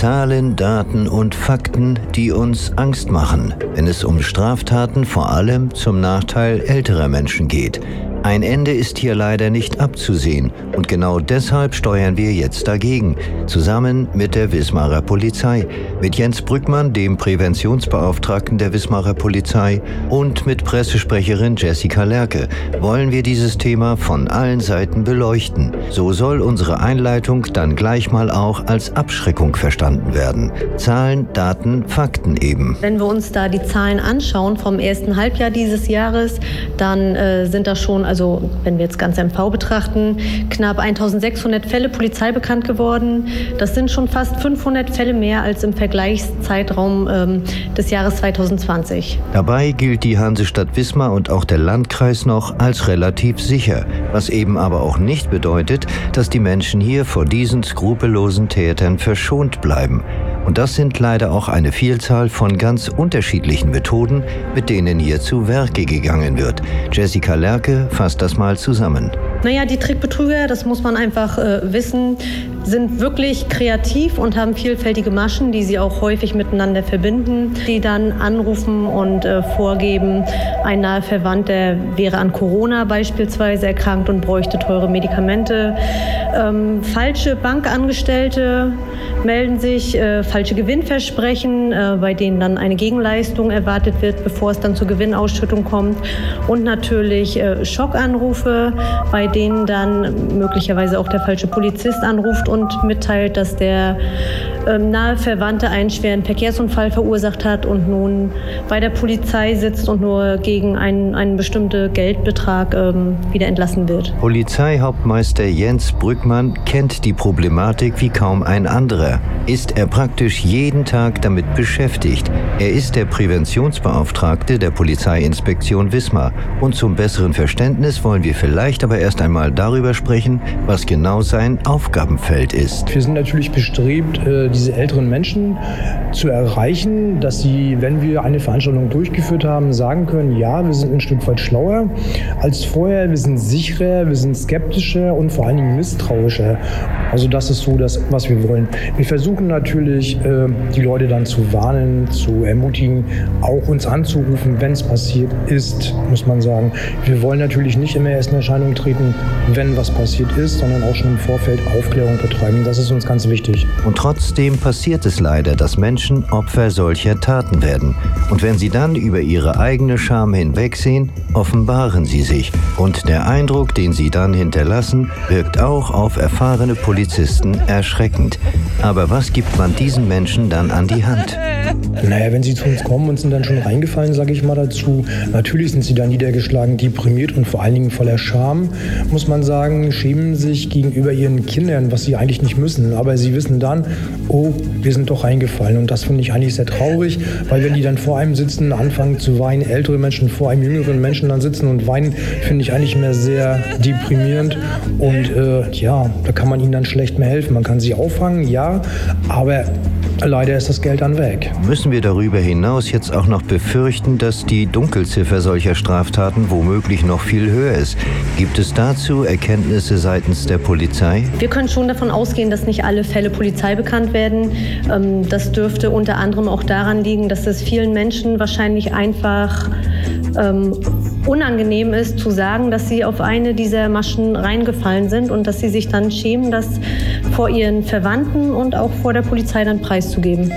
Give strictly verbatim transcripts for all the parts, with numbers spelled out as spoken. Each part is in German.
Zahlen, Daten und Fakten, die uns Angst machen, wenn es um Straftaten vor allem zum Nachteil älterer Menschen geht. Ein Ende ist hier leider nicht abzusehen und genau deshalb steuern wir jetzt dagegen, zusammen mit der Wismarer Polizei, mit Jens Brückmann, dem Präventionsbeauftragten der Wismarer Polizei, und mit Pressesprecherin Jessica Lerke wollen wir dieses Thema von allen Seiten beleuchten. So soll unsere Einleitung dann gleich mal auch als Abschreckung verstanden werden. Zahlen, Daten, Fakten eben. Wenn wir uns da die Zahlen anschauen vom ersten Halbjahr dieses Jahres, dann äh, sind da schon, also wenn wir jetzt ganz M V betrachten, knapp eintausendsechshundert Fälle Polizei bekannt geworden. Das sind schon fast fünfhundert Fälle mehr als im Vergleichszeitraum ähm, des Jahres zweitausendzwanzig. Dabei gilt die Hansestadt Wismar und auch der Landkreis noch als relativ sicher, was eben aber auch nicht bedeutet, dass die Menschen hier vor diesen skrupellosen Tätern verschont bleiben. Und das sind leider auch eine Vielzahl von ganz unterschiedlichen Methoden, mit denen hier zu Werke gegangen wird. Jessica Lerke fasst das mal zusammen. Naja, die Trickbetrüger, das muss man einfach äh, wissen, sind wirklich kreativ und haben vielfältige Maschen, die sie auch häufig miteinander verbinden, die dann anrufen und äh, vorgeben, ein naher Verwandter wäre an Corona beispielsweise erkrankt und bräuchte teure Medikamente. Ähm, falsche Bankangestellte melden sich, äh, falsche Gewinnversprechen, äh, bei denen dann eine Gegenleistung erwartet wird, bevor es dann zur Gewinnausschüttung kommt. Und natürlich äh, Schockanrufe, bei denen dann möglicherweise auch der falsche Polizist anruft und mitteilt, dass der ähm, nahe Verwandte einen schweren Verkehrsunfall verursacht hat und nun bei der Polizei sitzt und nur gegen einen, einen bestimmten Geldbetrag ähm, wieder entlassen wird. Polizeihauptmeister Jens Brückmann kennt die Problematik wie kaum ein anderer. Ist er praktisch jeden Tag damit beschäftigt. Er ist der Präventionsbeauftragte der Polizeiinspektion Wismar. Und zum besseren Verständnis wollen wir vielleicht aber erst einmal darüber sprechen, was genau sein Aufgabenfeld ist. Wir sind natürlich bestrebt, diese älteren Menschen zu erreichen, dass sie, wenn wir eine Veranstaltung durchgeführt haben, sagen können, ja, wir sind ein Stück weit schlauer als vorher, wir sind sicherer, wir sind skeptischer und vor allen Dingen misstrauischer. Also das ist so das, was wir wollen. Wir versuchen natürlich, die Leute dann zu warnen, zu ermutigen, auch uns anzurufen, wenn es passiert ist, muss man sagen. Wir wollen natürlich nicht immer erst in Erscheinung treten, wenn was passiert ist, sondern auch schon im Vorfeld Aufklärung betreiben. Das ist uns ganz wichtig. Und trotzdem passiert es leider, dass Menschen Opfer solcher Taten werden. Und wenn sie dann über ihre eigene Scham hinwegsehen, offenbaren sie sich. Und der Eindruck, den sie dann hinterlassen, wirkt auch auf erfahrene Polizisten erschreckend. Aber was gibt man diesen Menschen dann an die Hand? Naja, wenn sie zu uns kommen und sind dann schon reingefallen, sage ich mal dazu, natürlich sind sie dann niedergeschlagen, deprimiert und vor allen Dingen voller Scham, muss man sagen, schämen sich gegenüber ihren Kindern, was sie eigentlich nicht müssen. Aber sie wissen dann, oh, wir sind doch reingefallen. Und das finde ich eigentlich sehr traurig, weil wenn die dann vor einem sitzen, anfangen zu weinen, ältere Menschen vor einem jüngeren Menschen dann sitzen und weinen, finde ich eigentlich mehr sehr deprimierend. Und äh, ja, da kann man ihnen dann schlecht mehr helfen. Man kann sie auffangen, ja, aber leider ist das Geld dann weg. Müssen wir darüber hinaus jetzt auch noch befürchten, dass die Dunkelziffer solcher Straftaten womöglich noch viel höher ist? Gibt es dazu Erkenntnisse seitens der Polizei? Wir können schon davon ausgehen, dass nicht alle Fälle Polizei bekannt werden. Das dürfte unter anderem auch daran liegen, dass es vielen Menschen wahrscheinlich einfach ähm, unangenehm ist, zu sagen, dass sie auf eine dieser Maschen reingefallen sind und dass sie sich dann schämen, das vor ihren Verwandten und auch vor der Polizei dann preiszugeben.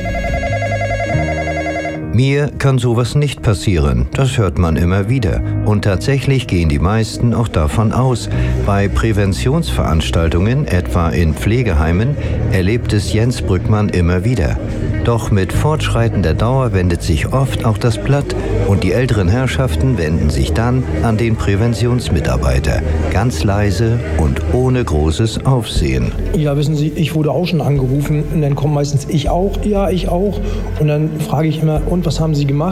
Mir kann sowas nicht passieren, das hört man immer wieder. Und tatsächlich gehen die meisten auch davon aus. Bei Präventionsveranstaltungen, etwa in Pflegeheimen, erlebt es Jens Brückmann immer wieder. Doch mit fortschreitender Dauer wendet sich oft auch das Blatt und die älteren Herrschaften wenden sich dann an den Präventionsmitarbeiter. Ganz leise und ohne großes Aufsehen. Ja, wissen Sie, ich wurde auch schon angerufen und dann kommt meistens ich auch, ja, ich auch. Und dann frage ich immer, und was haben Sie gemacht?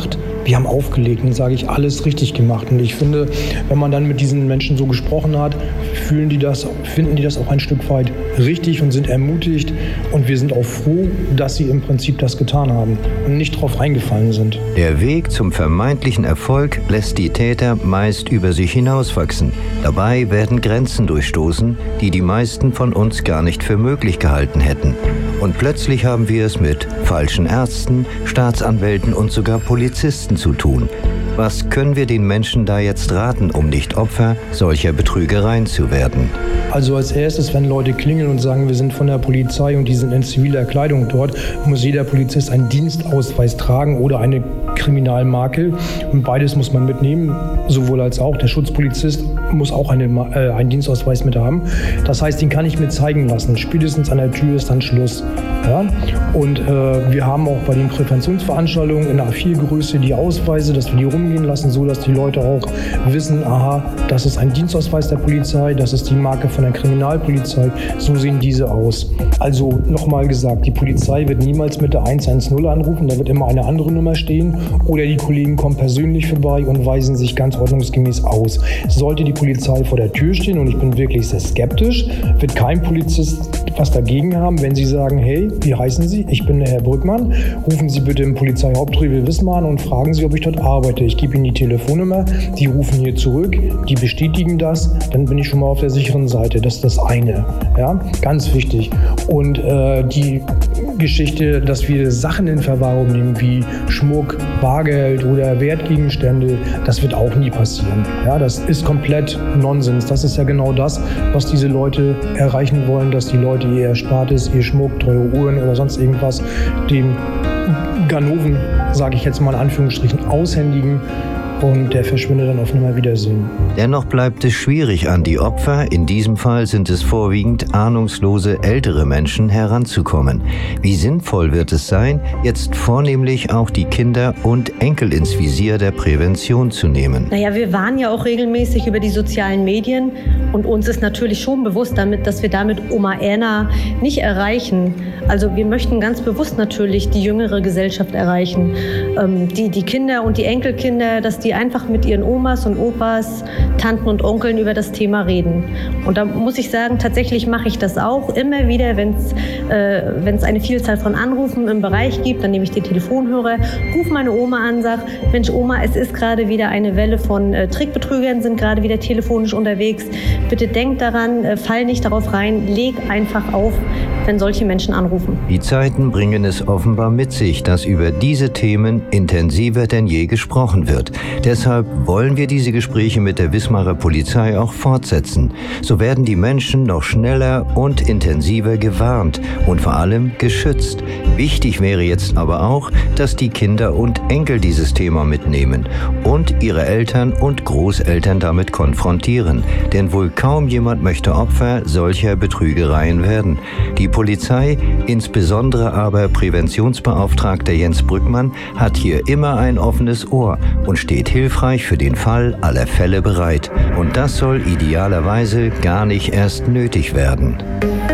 wir haben aufgelegt und sage ich, alles richtig gemacht. Und ich finde, wenn man dann mit diesen Menschen so gesprochen hat, fühlen die das, finden die das auch ein Stück weit richtig und sind ermutigt. Und wir sind auch froh, dass sie im Prinzip das getan haben und nicht drauf reingefallen sind. Der Weg zum vermeintlichen Erfolg lässt die Täter meist über sich hinauswachsen. Dabei werden Grenzen durchstoßen, die die meisten von uns gar nicht für möglich gehalten hätten. Und plötzlich haben wir es mit falschen Ärzten, Staatsanwälten und sogar Polizisten zu tun. Was können wir den Menschen da jetzt raten, um nicht Opfer solcher Betrügereien zu werden? Also als erstes, wenn Leute klingeln und sagen, wir sind von der Polizei und die sind in ziviler Kleidung dort, muss jeder Polizist einen Dienstausweis tragen oder eine Kriminalmakel. Und beides muss man mitnehmen, sowohl als auch. Der Schutzpolizist muss auch eine, äh, einen Dienstausweis mit haben. Das heißt, den kann ich mir zeigen lassen. Spätestens an der Tür ist dann Schluss. Ja? Und äh, wir haben auch bei den Präventionsveranstaltungen in A vier Größe die Ausweise, dass wir die rumgehen lassen, so dass die Leute auch wissen, aha, das ist ein Dienstausweis der Polizei, das ist die Marke von der Kriminalpolizei, so sehen diese aus. Also nochmal gesagt, die Polizei wird niemals mit der eins eins null anrufen, da wird immer eine andere Nummer stehen oder die Kollegen kommen persönlich vorbei und weisen sich ganz ordnungsgemäß aus. Sollte die Polizei vor der Tür stehen und ich bin wirklich sehr skeptisch, wird kein Polizist was dagegen haben, wenn sie sagen, hey, wie heißen Sie? Ich bin der Herr Brückmann, rufen Sie bitte im Polizeihauptrevier Wismar an und fragen Sie, ob ich dort arbeite. Ich gebe Ihnen die Telefonnummer, die rufen hier zurück, die bestätigen das, dann bin ich schon mal auf der sicheren Seite. Das ist das eine, ja, ganz wichtig. Und äh, die Geschichte, dass wir Sachen in Verwahrung nehmen, wie Schmuck, Bargeld oder Wertgegenstände, das wird auch nie passieren. Ja, das ist komplett Nonsens. Das ist ja genau das, was diese Leute erreichen wollen, dass die Leute ihr Erspartes, ihr Schmuck, teure Uhren oder sonst irgendwas dem Ganoven, sage ich jetzt mal in Anführungsstrichen, aushändigen. Und der verschwindet dann auf Nimmerwiedersehen. Dennoch bleibt es schwierig, an die Opfer, in diesem Fall sind es vorwiegend ahnungslose ältere Menschen, heranzukommen. Wie sinnvoll wird es sein, jetzt vornehmlich auch die Kinder und Enkel ins Visier der Prävention zu nehmen? Naja, wir warnen ja auch regelmäßig über die sozialen Medien und uns ist natürlich schon bewusst damit, dass wir damit Oma Erna nicht erreichen. Also wir möchten ganz bewusst natürlich die jüngere Gesellschaft erreichen. Ähm, die, die Kinder und die Enkelkinder, dass die einfach mit ihren Omas und Opas, Tanten und Onkeln über das Thema reden. Und da muss ich sagen, tatsächlich mache ich das auch immer wieder, wenn es äh, wenn es eine Vielzahl von Anrufen im Bereich gibt, dann nehme ich den Telefonhörer, rufe meine Oma an, sage, Mensch Oma, es ist gerade wieder eine Welle von äh, Trickbetrügern, sind gerade wieder telefonisch unterwegs. Bitte denk daran, äh, fall nicht darauf rein, leg einfach auf, wenn solche Menschen anrufen. Die Zeiten bringen es offenbar mit sich, dass über diese Themen intensiver denn je gesprochen wird. Deshalb wollen wir diese Gespräche mit der Wismarer Polizei auch fortsetzen. So werden die Menschen noch schneller und intensiver gewarnt und vor allem geschützt. Wichtig wäre jetzt aber auch, dass die Kinder und Enkel dieses Thema mitnehmen und ihre Eltern und Großeltern damit konfrontieren. Denn wohl kaum jemand möchte Opfer solcher Betrügereien werden. Die Polizei, insbesondere aber Präventionsbeauftragter Jens Brückmann, hat hier immer ein offenes Ohr und steht hilfreich für den Fall aller Fälle bereit. Und das soll idealerweise gar nicht erst nötig werden.